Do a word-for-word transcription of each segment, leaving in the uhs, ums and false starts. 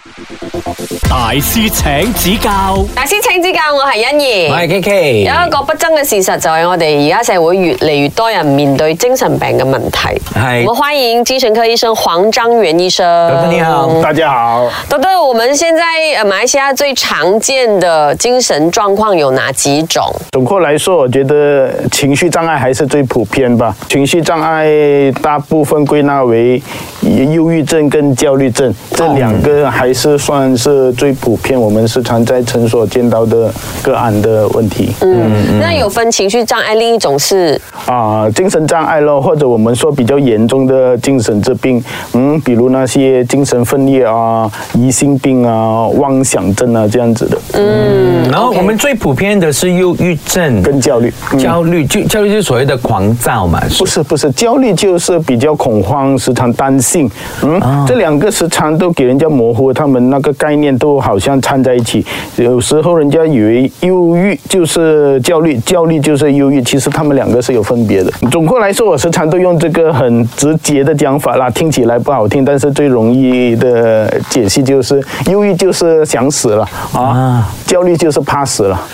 大師請指教， 大師請指教，我係欣怡， 我係 K K。 有一個不爭嘅事實就係我哋而家社會越嚟越多人面對精神病嘅問題。係，我們歡迎精神科醫生黃章元醫生。 你好， 大家好。 豆豆，我們現在呃馬來西亞最常見的精神狀況有哪幾種？ 總括來說，我覺得情緒障礙還是最普遍吧。情緒障礙大部分歸納為憂鬱症跟焦慮症，這兩個還是算是最普遍，我們時常在診所見到的個案的問題。 嗯，嗯那有分情緒障礙，另一種是啊、呃、精神障礙咯，或者我們說比較嚴重的精神疾病，嗯，比如那些精神分裂啊、疑心病啊、妄想症啊這樣子的。 嗯，然後我們最普遍的是憂鬱症跟焦慮， 嗯、焦慮就焦慮就是所謂的狂躁嘛？ 不是不是，焦慮就是比較恐慌，時常擔心。嗯，哦、這兩個時常都給人家模糊，他們那個概念都好像摻在一起。有時候人家以為憂鬱就是焦慮，焦慮就是憂鬱，其實他們兩個是有分別的。總括來說，我時常都用這個很直接的講法啦，聽起來不好聽，但是最容易的解析就是憂鬱就是想死了啊，焦慮就是怕死了。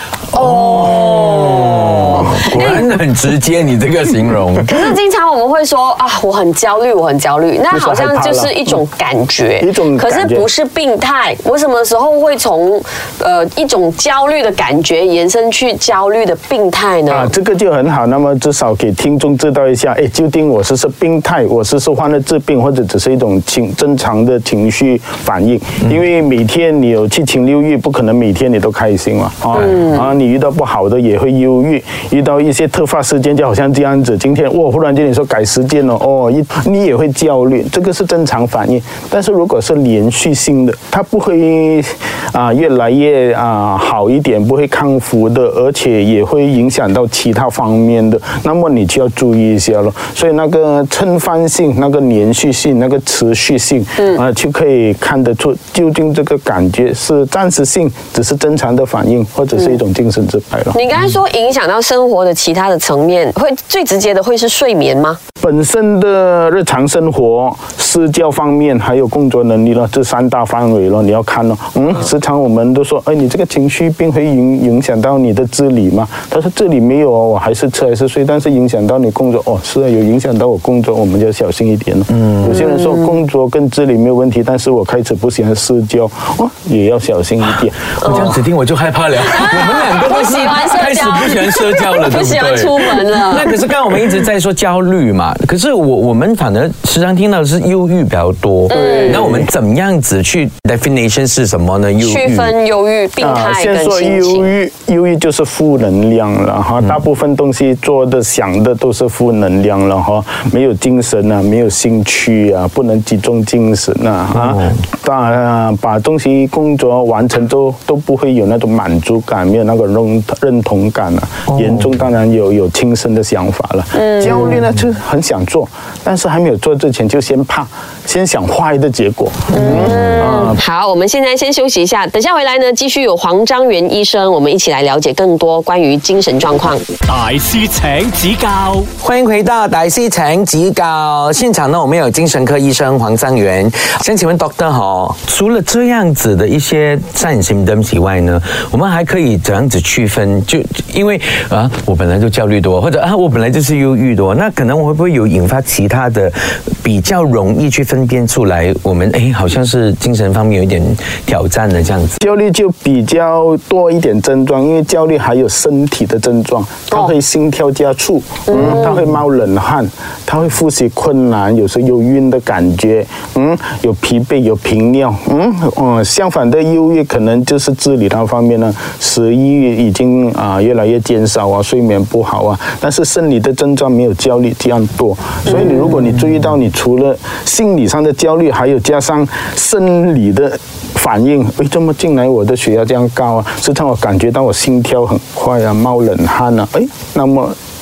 哦，果然很直接，你這個形容。 可是經常我們會說啊，我很焦慮，我很焦慮，那好像就是一種感覺， 一種可是不是病態。我什麼時候會從呃一種焦慮的感覺延伸去焦慮的病態呢？ 啊，這個就很好。那麼至少給聽眾知道一下，哎，究竟我是是病態，我是是患了治病，或者只是一種情正常的情緒反應。嗯、因為每天你有七情六慾，不可能每天你都開心嘛，啊，嗯、啊，你遇到不好的也會憂鬱，遇到一些突發事件，就好像這樣子，今天哇，忽然間你說改時間了，哦，一你也會焦慮，這個是正常反應。但是如果是連續性的，它不會啊越來越啊好一點，不會康復的，而且也會影響到其他方面的，那麼你就要注意一下了。所以那個頻繁性、那個連續性、那個持續性，嗯，啊，就可以看得出究竟這個感覺是暫時性，只是正常的反應，或者是一種精神疾病了。 你剛才說影響到生活的其他的層面，會最直接的會是睡眠嗎？ 本身的日常生活、社交方面，還有工作能力了，這三大範圍了，你要看了。嗯，時常我們都說，哎，你這個情緒病會影影響到你的自理嗎？他說這裡沒有，我還是吃還是睡，但是影響到你工作，哦，是啊，有影響到我工作，我們就要小心一點了。嗯，有些人說工作跟自理沒有問題，但是我開始不喜歡社交，哦，也要小心一點。 我這樣子聽我就害怕了，我們兩個都是開始不喜歡社交了， 不喜歡出門了。 那可是剛剛我們一直在說焦慮嘛，可是我我們反而時常聽到的是憂鬱比較多。對，那我們怎麼樣子去 definition 是什麼呢？憂鬱區分憂鬱、病態跟心情。先說憂鬱， 憂鬱就是負能量了哈，大部分東西做的想的都是負能量了哈，沒有精神啊，沒有興趣啊，不能集中精神啊，啊，把把東西工作完成都都不會有那種滿足感，沒有那個認認同感啊，嚴重當然有有輕生的想法了。嗯，焦慮呢就很想做，但是還沒有做之前就先怕，先想壞的結果。 嗯，啊、好，我們現在先休息一下，等下回來呢，繼續有黃章元醫生，我們一起來了解更多關於精神狀況。 大師請指教， 歡迎回到大師請指教現場呢，我們有精神科醫生黃章元。想請問 Doctor 哈，除了這樣子的一些 signs and symptoms 以外呢，我們還可以怎樣子區分？就因為啊，我本來就焦慮多，或者啊，我本來就是憂鬱多，那可能我會不會有引發其他的比較容易去分辨出來？我們誒，好像是精神方面有一點挑戰的這樣子。 焦慮就比較多一點症狀，因為焦慮還有身體的症狀，它會心跳加速，嗯，它會冒冷汗，它會呼吸困難，有時候有暈的感覺，嗯，有疲憊，有頻尿，嗯，嗯，相反的憂鬱可能就是自理那方面呢，食慾已經啊越來越減少啊，睡眠不好啊，但是生理的症狀沒有焦慮這樣多，所以你如果你注意到你除了心理上的焦慮，還有加上生理的反應，為什麼進來我的血壓這樣高啊？時常我感覺到我心跳很快啊，冒冷汗啊，誒，那麼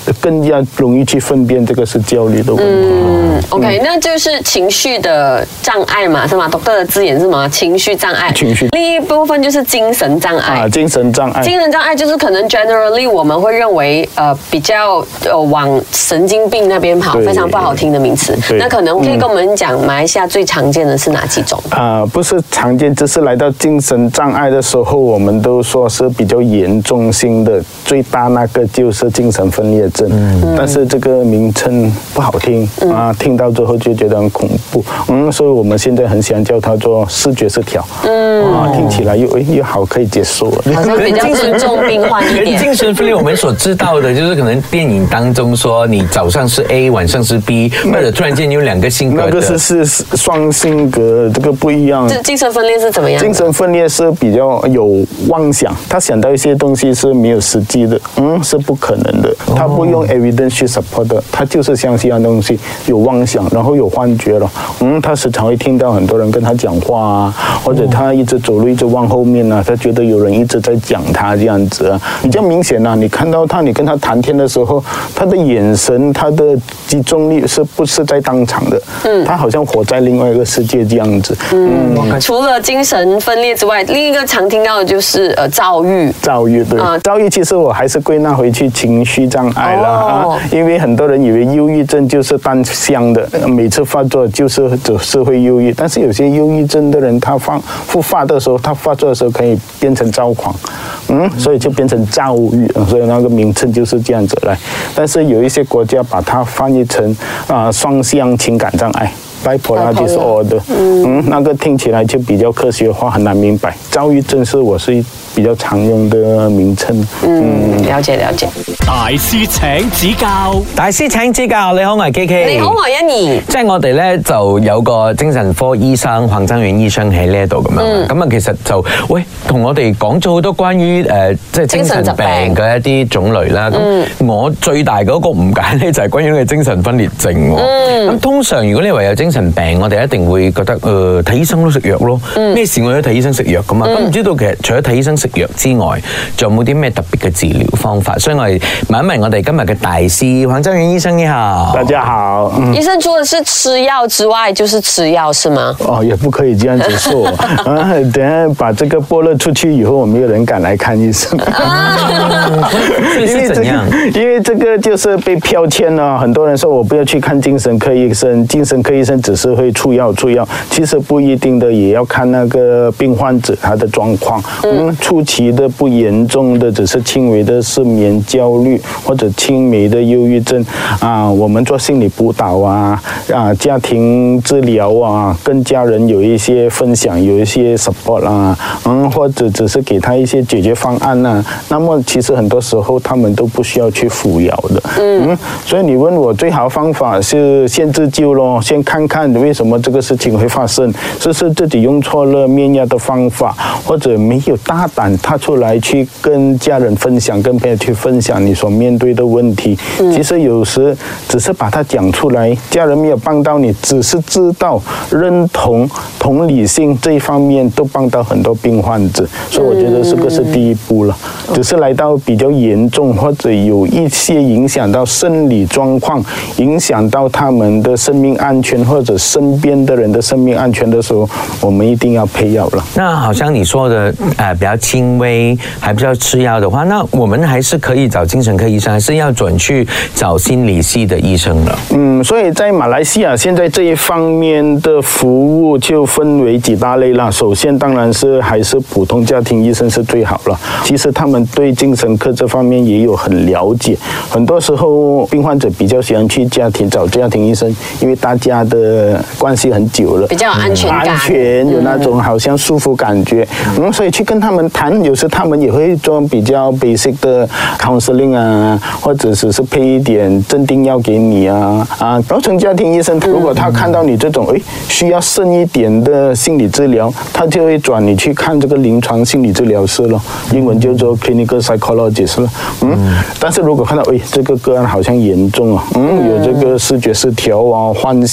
更加容易去分辨这个是焦虑的问题。 嗯 ，OK，、嗯、那就是情绪的障碍嘛，是吗？doctor的字眼是吗？情绪障碍。 情绪。 另一部分就是精神障碍。 啊，精神障碍。 精神障碍就是可能 generally 我们会认为呃比较呃往神经病那边跑，非常不好听的名词。那可能可以跟我们讲，马来西亚最常见的是哪几种？ 啊、呃，不是常见，只是来到精神障碍的时候，我们都说是比较严重性的，最大那个就是精神分裂症。嗯，但是这个名称不好听、嗯、啊，听到之后就觉得很恐怖。嗯，所以我们现在很喜欢叫它做视觉失调。嗯，啊，听起来又又好可以接受了， 好像比较尊重病患一点。 精神分裂我们所知道的就是可能电影当中说你早上是 A， 晚上是 B， 或者突然间有两个性格的。 那个是是双性格，这个不一样。 这精神分裂是怎么样？ 精神分裂是比较有妄想，他想到一些东西是没有实际的，嗯，是不可能的。他不用 evidence 去 support 的，他就是相信那东西，有妄想，然后有幻觉了。嗯，他时常会听到很多人跟他讲话啊，或者他一直走路一直往后面啊，他觉得有人一直在讲他这样子啊，比较明显啊。你看到他，你跟他谈天的时候，他的眼神、他的集中力是不是在当场的？嗯，他好像活在另外一个世界这样子。 嗯，嗯除了精神分裂之外，另一个常听到的就是呃躁郁。 躁郁对，啊、躁郁其实我还是归纳回去情绪障碍了、哦、啊，因为很多人以为忧郁症就是单向的，每次发作就是只是会忧郁，但是有些忧郁症的人，他发复发的时候，他发作的时候可以变成躁狂，嗯，所以就变成躁郁，所以那个名称就是这样子来。但是有一些国家把它翻译成啊双向情感障碍。bipolar disorder， 嗯, 嗯，那个听起来就比较科学化，很难明白。躁郁症是我是比較常用的名稱。 嗯，了解了解。 大師請指教， 大師請指教。你好，我係 K K。 你好，我係欣怡。 即係我哋咧就有個精神科醫生黃增遠醫生喺呢一度咁樣。咁啊，其實就喂同我哋講咗好多關於誒、呃、即係精神病嘅一啲種類啦。咁、嗯、我最大嗰個誤解咧就係關於呢個精神分裂症。咁、嗯、通常如果你話有精神病，我哋一定會覺得誒睇、呃、醫生都食藥咯。咩、嗯、事我都睇醫生食藥噶嘛。咁、嗯、唔知道其實除咗睇醫生食藥之外，仲有冇啲咩特別嘅治療方法？所以我哋問一問我哋今日嘅大師黃增遠醫生，你好。 大家好。嗯、 醫生除了是吃藥之外，就是吃藥是嗎？ 哦，也不可以這樣子說。啊，等下把這個播了出去以後，沒有人敢來看醫生。 啊、因為怎樣？ 因為這個就是被標籤了。很多人說我不要去看精神科醫生，精神科醫生只是會出藥出藥，其實不一定的，也要看那個病患者他的狀況。嗯，初期的不嚴重的，只是輕微的失眠、焦慮或者輕微的憂鬱症啊，我們做心理輔導啊，啊，家庭治療啊，跟家人有一些分享，有一些 support 啊，嗯，或者只是給他一些解決方案啊，那麼其實很多時候他們都不需要去服藥的。嗯，所以你問我最好的方法是先自救咯，先看看為什麼這個事情會發生，是不是自己用錯了免藥的方法，或者沒有大膽踏出來去跟家人分享，跟朋友去分享你所面對的問題。嗯、其實有時只是把它講出來，家人沒有幫到你，只是知道認同同理性這一方面都幫到很多病患者，所以我覺得這個是第一步了。只是來到比較嚴重或者有一些影響到生理狀況，影響到他們的生命安全或者身邊的人的生命安全的時候，我們一定要配藥了。 那好像你說的呃比較輕微還不需要吃藥的話，那我們還是可以找精神科醫生，還是要轉去找心理系的醫生了？ 嗯，所以在馬來西亞現在這一方面的服務就分為幾大類啦。首先當然是還是普通家庭醫生是最好了，其實他們對精神科這方面也有很了解，很多時候病患者比較喜歡去家庭找家庭醫生，因為大家的關係很久了， 比較有安全感， 安全有那種好像舒服感覺，嗯，所以去跟他們談，有時他們也會做比較 basic 的 counseling 啊，或者只是配一點鎮定藥給你啊，啊，然後從家庭醫生，如果他看到你這種誒需要深一點的心理治療，他就會轉你去看這個臨床心理治療師咯，英文叫做 clinical psychologist 咯，嗯，但是如果看到誒這個個案好像嚴重啊，嗯，有這個視覺失調啊、幻想啊。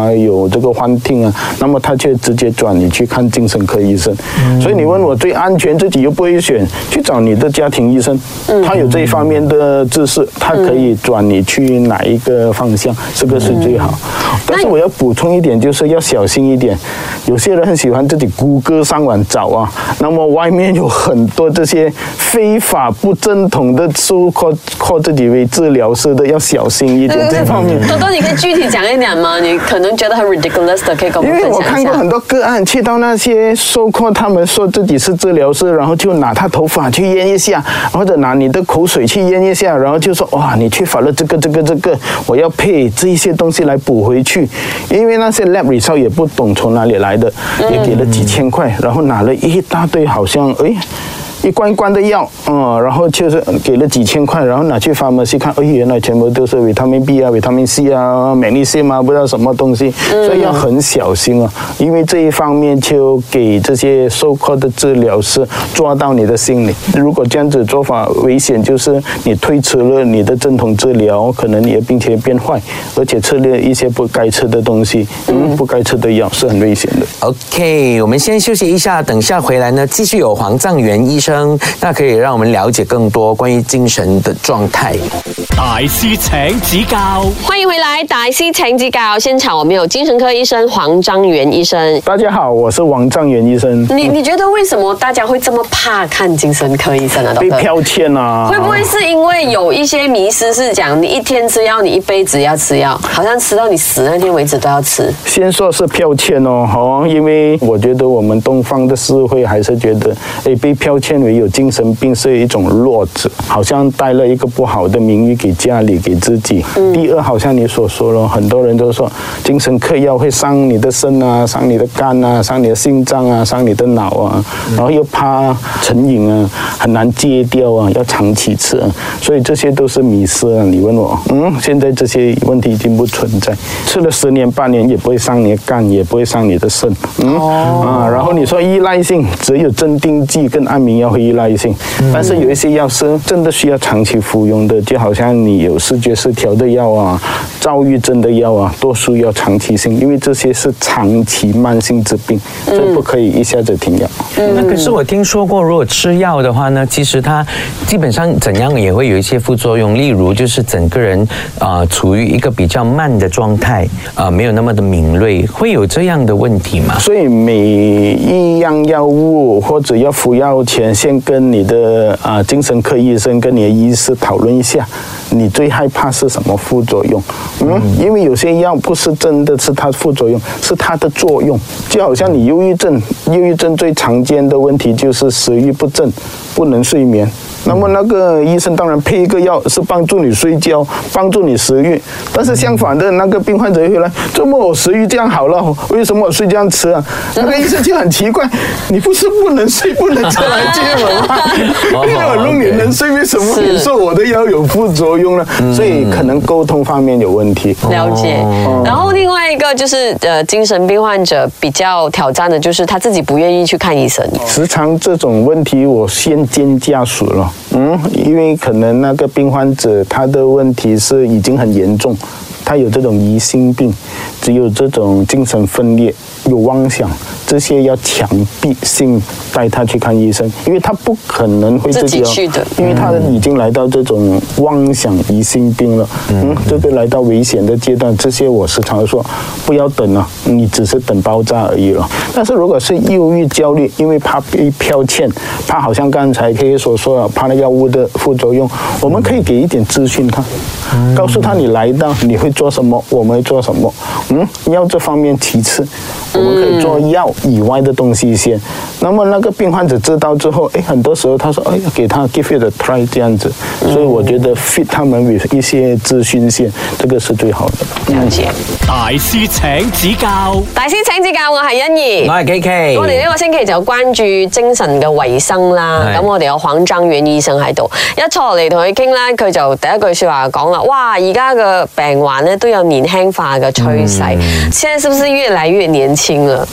他有这个幻听啊，那么他却直接转你去看精神科医生。嗯、所以你问我最安全，自己又不会选，去找你的家庭医生，嗯、他有这一方面的知识，他可以转你去哪一个方向，这个是最好。嗯、但是我要补充一点，就是要小心一点。有些人很喜欢自己谷歌上网找啊，那么外面有很多这些非法不正统的说靠靠自己为治疗师的，要小心一点这方面。 多多，你可以具体讲一点吗？你可能觉得很 ridiculous 的，可以跟我们分享一下。 因为我看过很多个案，去到那些说靠他们说自己是治疗师，然后就拿他头发去验一下，或者拿你的口水去验一下，然后就说哇，你缺乏了这个这个这个，我要配这一些东西来补回去。因为那些 lab result 也不懂从哪里来的，也给了几千块，然后拿了一大堆，好像哎。一罐一罐的药，嗯，然后就是给了几千块，然后拿去 pharmacy 看，哎，原来全部都是维他命 B 啊、维他命 C 啊、magnesium啊，不知道什么东西，所以要很小心啊，因为这一方面就给这些受课的治疗师抓到你的心理。如果这样子做法危险，就是你推迟了你的正统治疗，可能你的病情变坏，而且吃了一些不该吃的东西，嗯，不该吃的药是很危险的。 OK， 我们先休息一下，等下回来呢，继续有黄藏元医生。那可以让我们了解更多关于精神的状态。 大師請指教， 歡迎回來，大師請指教。現場我們有精神科醫生黃彰元醫生。 大家好，我是黃彰元醫生。 你你覺得為什麼大家會這麼怕看精神科醫生啊？ 被標籤啊？ 會不會是因為有一些迷思是講你一天吃藥，你一輩子要吃藥，好像吃到你死那天為止都要吃？ 先說是標籤哦，好，因為我覺得我們東方的社會還是覺得，誒，被標籤為有精神病是一種弱者，好像帶了一個不好的名譽給家裡給自己。嗯、第二，好像你所說了，很多人都說精神科藥會傷你的腎啊，傷你的肝啊，傷你的心臟啊，傷你的腦啊，然後又怕成癮啊，很難戒掉啊，要長期吃啊，所以這些都是迷思啊。你問我，嗯，現在這些問題已經不存在，吃了十年八年也不會傷你的肝，也不會傷你的腎，嗯、哦、啊，然後你說依賴性，只有鎮定劑跟安眠藥會依賴性，但是有一些藥是真的需要長期服用的，就好像你有視覺失調的藥啊，躁鬱症的藥啊，都需要長期性，因為這些是長期慢性疾病，所以不可以一下子停藥。 嗯、那可是我聽說過，如果吃藥的話呢，其實它基本上怎樣也會有一些副作用，例如就是整個人啊、呃、處於一個比較慢的狀態，啊、呃、沒有那麼的敏銳，會有這樣的問題嗎？ 所以每一樣藥物或者要服藥前，先跟你的啊、呃、精神科醫生跟你的醫師討論一下，你最害怕是什麼副作用？嗯，因為有些藥不是真的是它副作用，是它的作用。就好像你憂鬱症，憂鬱症最常見的問題就是食慾不振，不能睡眠。那麼那個醫生當然配一個藥是幫助你睡覺，幫助你食慾，但是相反的那個病患者回來，怎麼我食慾這樣好了，為什麼我睡這樣吃啊？那個醫生就很奇怪，你不是不能睡，不能出來接我嗎？因為如果你能睡，為什麼你說我的藥有副作用呢？所以可能溝通方面有問題。 了解。然後另外一個就是呃精神病患者比較挑戰的就是他自己不願意去看醫生。 時常這種問題我先見家屬了。嗯，因為可能那個病患者他的問題是已經很嚴重，他有這種疑心病，只有這種精神分裂，有妄想，這些要強迫性帶他去看醫生，因為他不可能會自己去的， 因為他已經來到這種妄想疑心病了，嗯，這個來到危險的階段，這些我時常說不要等了，你只是等爆炸而已了。但是如果是憂鬱焦慮，因為怕被標籤，怕好像剛才 K K 所說的，怕那藥物的副作用，我們可以給一點資訊他，告訴他你來到你會做什麼，我們會做什麼，嗯，藥這方面其次，我們可以做藥以外的東西先。那麼那個病患者知道之後，誒，很多時候他說，哎呀，給他 give it a try 這樣子，所以我覺得 fit 他們為一些資訊線，這個是最好的。 了解。 大師請指教， 大師請指教，我係欣怡， 我係 K K。 我哋呢個星期就關注精神嘅衛生啦。咁我哋有黃彰元醫生喺度，一坐落嚟同佢傾咧，佢就第一句說話講啦，哇，而家嘅病患咧都有年輕化嘅趨勢，嗯、現在是不是越來越年輕了？ 很多東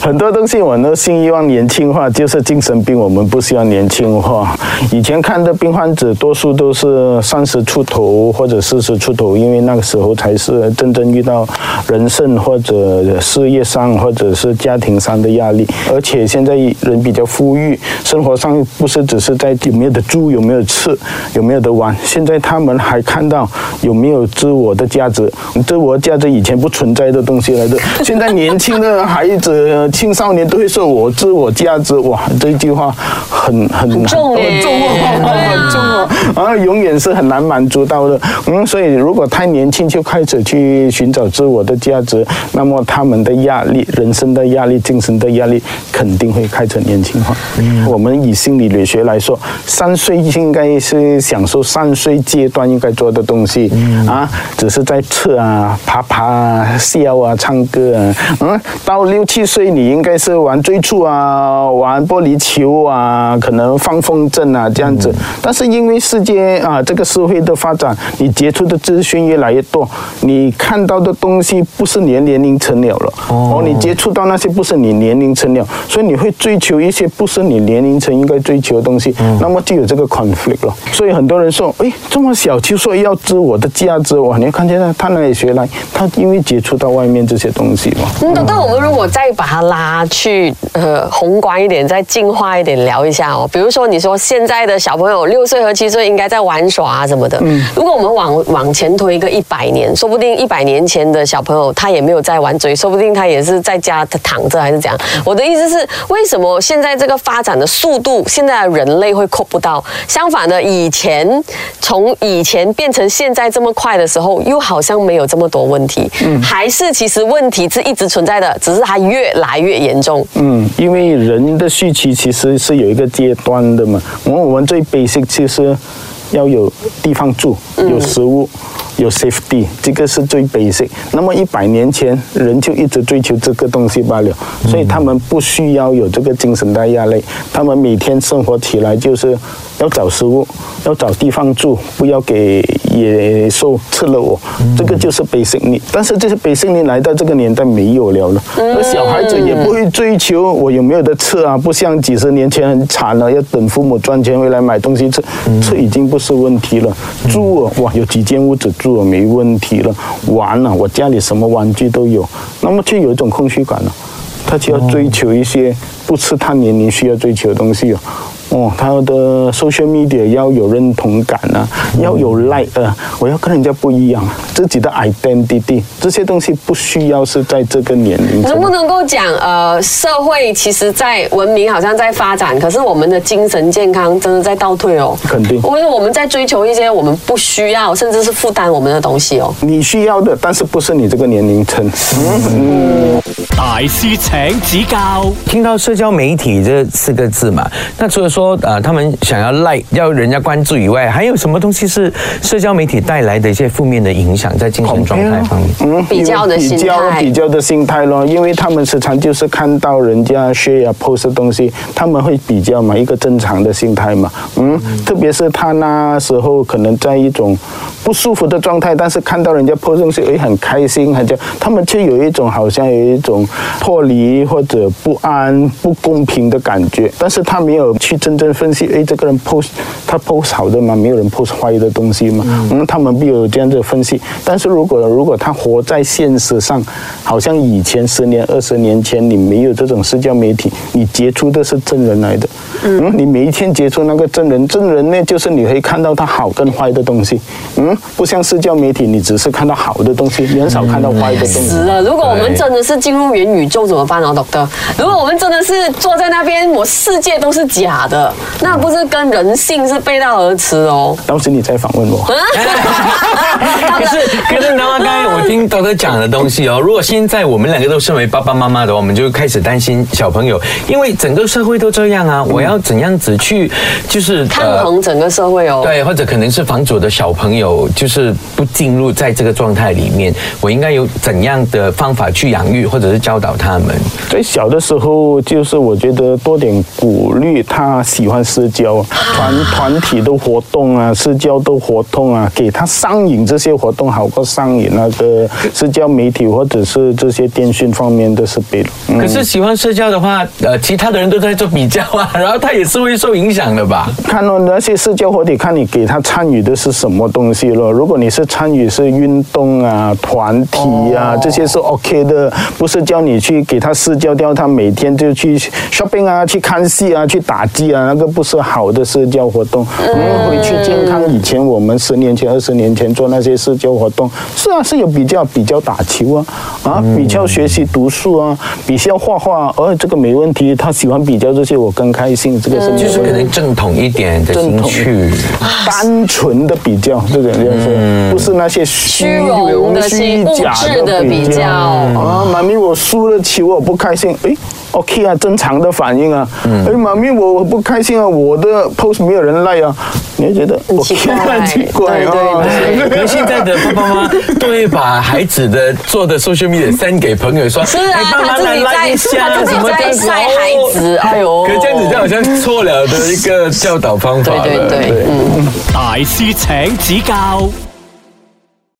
西我都希望年轻化，就是精神病我们不需要年轻化。以前看的病患者多数都是三十出头或者四十出头，因为那个时候才是真正遇到人生或者事业上或者是家庭上的压力。而且现在人比较富裕，生活上不是只是在有没有的住、有没有吃、有没有的玩，现在他们还看到有没有自我的价值。自我价值以前不存在的东西来的，现在年轻的孩子、青少年都会说我自我价值，哇，这句话很很很重耶， 很重哦，很重哦，啊，永远是很难满足到的。嗯，所以如果太年轻就开始去寻找自我的价值，那么他们的压力、人生的压力、精神的压力肯定会开始年轻化。嗯，我们以心理学来说，三岁应该是享受三岁阶段应该做的东西，嗯、啊，只是在吃啊、爬爬啊、笑啊、唱歌啊。嗯，到六七岁你应该是玩追逐啊、玩玻璃球啊，可能放风筝啊这样子。嗯、但是因为世界啊这个社会的发展，你接触的资讯越来越多，你看到的东西不是你年龄层了了。哦，哦，你接触到那些不是你年龄层了，所以你会追求一些不是你年龄层应该追求的东西，嗯、那么就有这个 conflict 了。所以很多人说，哎，这么小就说要自我的价值，哇，你看见他他哪里学来？他因为接触到外面这些东西嘛。 嗯，但我们如果再把它拉去呃宏观一点，再进化一点聊一下哦。比如说你说现在的小朋友六岁和七岁应该在玩耍啊什么的，嗯，如果我们往往前推一个一百年，说不定一百年前的小朋友他也没有在玩追，说不定他也是在家躺着还是怎样。我的意思是，为什么现在这个发展的速度，现在的人类会扣不到？相反的，以前从以前变成现在这么快的时候，又好像没有这么多问题，嗯，还是其实问题是一直存在的，只是它越来越严重。 嗯，因为人的需求其实是有一个阶段的嘛。我们我们最 basic 就是要有地方住，有食物。嗯，有 safety， 这个是最 basic。那么一百年前，人就一直追求这个东西罢了，所以他们不需要有这个精神的压力。他们每天生活起来就是要找食物，要找地方住，不要给野兽吃了我。这个就是 basic need。但是这些 basic need 来到这个年代没有了了，而小孩子也不会追求我有没有得吃啊，不像几十年前很惨了，要等父母赚钱回来买东西吃，吃已经不是问题了。住啊，哇，有几间屋子住。没问题了，玩了，我家里什么玩具都有，那么就有一种空虚感了，他就要追求一些不是他年龄需要追求的东西哦。哦，他的 social media 要有认同感啊，要有 like 啊，我要跟人家不一样，自己的 identity 这些东西不需要是在这个年龄。 能不能够讲呃，社会其实在文明好像在发展，可是我们的精神健康真的在倒退哦。 肯定， 因为我们在追求一些我们不需要，甚至是负担我们的东西哦。 你需要的，但是不是你这个年龄层。嗯嗯。大師請指教。 聽到社交媒體這四個字嘛，那除了說呃他們想要 like 要人家關注以外，還有什麼東西是社交媒體帶來的一些負面的影響在精神狀態方面？ 嗯， 比較的心態， 比較比較的心態咯，因為他們時常就是看到人家 share post 的東西，他們會比較嘛，一個正常的心態嘛，嗯，嗯特別是他那時候可能在一種不舒服的狀態，但是看到人家 post 東西，誒很開心，很這樣，他們卻有一種好像有一種脫離或者不安、不公平的感覺，但是他沒有去真正分析，誒，這個人 post 他 post 好的嘛，沒有人 post 壞的東西嘛，嗯，嗯他們沒有這樣子分析。但是如果如果他活在現實上，好像以前十年、二十年前，你沒有這種社交媒體，你接觸的是真人來的，嗯，你每一天接觸那個真人，真人呢，就是你可以看到他好跟壞的東西，嗯，不像社交媒體，你只是看到好的東西，你很少看到壞的東西。 死了！如果我們真的是進入元宇宙怎麼辦啊，Doctor？如果我們真的是坐在那邊，我世界都是假的，那不是跟人性是背道而馳哦。 到時你再訪問我。 可是，可是，剛剛我聽 Doctor 講的東西哦，如果現在我們兩個都身為爸爸媽媽的話，我們就開始擔心小朋友，因為整個社會都這樣啊，我要怎樣子去，就是抗衡整個社會哦。 對，或者可能是防止我的小朋友就是不進入在這個狀態裡面，我應該有怎樣的方法去養育，或者是教導他們？ 在小的時候，就是我覺得多點鼓勵他喜欢社交，团团体的活动啊，社交的活动啊，给他上瘾这些活动好过上瘾那个社交媒体或者是这些电讯方面的设备。嗯、 可是喜欢社交的话，呃，其他的人都在做比较啊，然后他也是会受影响的吧？ 看到那些社交活动，看你给他参与的是什么东西咯。如果你是参与是运动啊、团体啊，哦、这些是 OK 的，不是叫你去给他社交掉，他每天就去 shopping 啊、去看戏啊、去打机啊，那个不是好的社交活动。我们回去健康，以前我们十年前、二十年前做那些社交活动，是啊，是有比较比较打球啊，啊，比较学习读书啊，比较画画，哦，这个没问题，他喜欢比较这些，我更开心，这个是就是可能正统一点的兴趣， 单纯的比较，这个就是不是那些虚荣的、虚假的比较啊。妈咪，我输了球，我不开心，诶 OK 啊，正常的反应啊。嗯、哎，妈咪，我不开心啊，我的 post 没有人like啊，你会觉得 OK 啊，奇怪啊。 可是现在的爸爸妈妈都会把孩子的做的 social media send 给朋友说， 是啊， 哎、爸妈来 like 一下， 他自己在晒孩子，哎呦， 可是这样子就好像错了的一个教导方法了。 对对对， 对嗯， 大師請指教。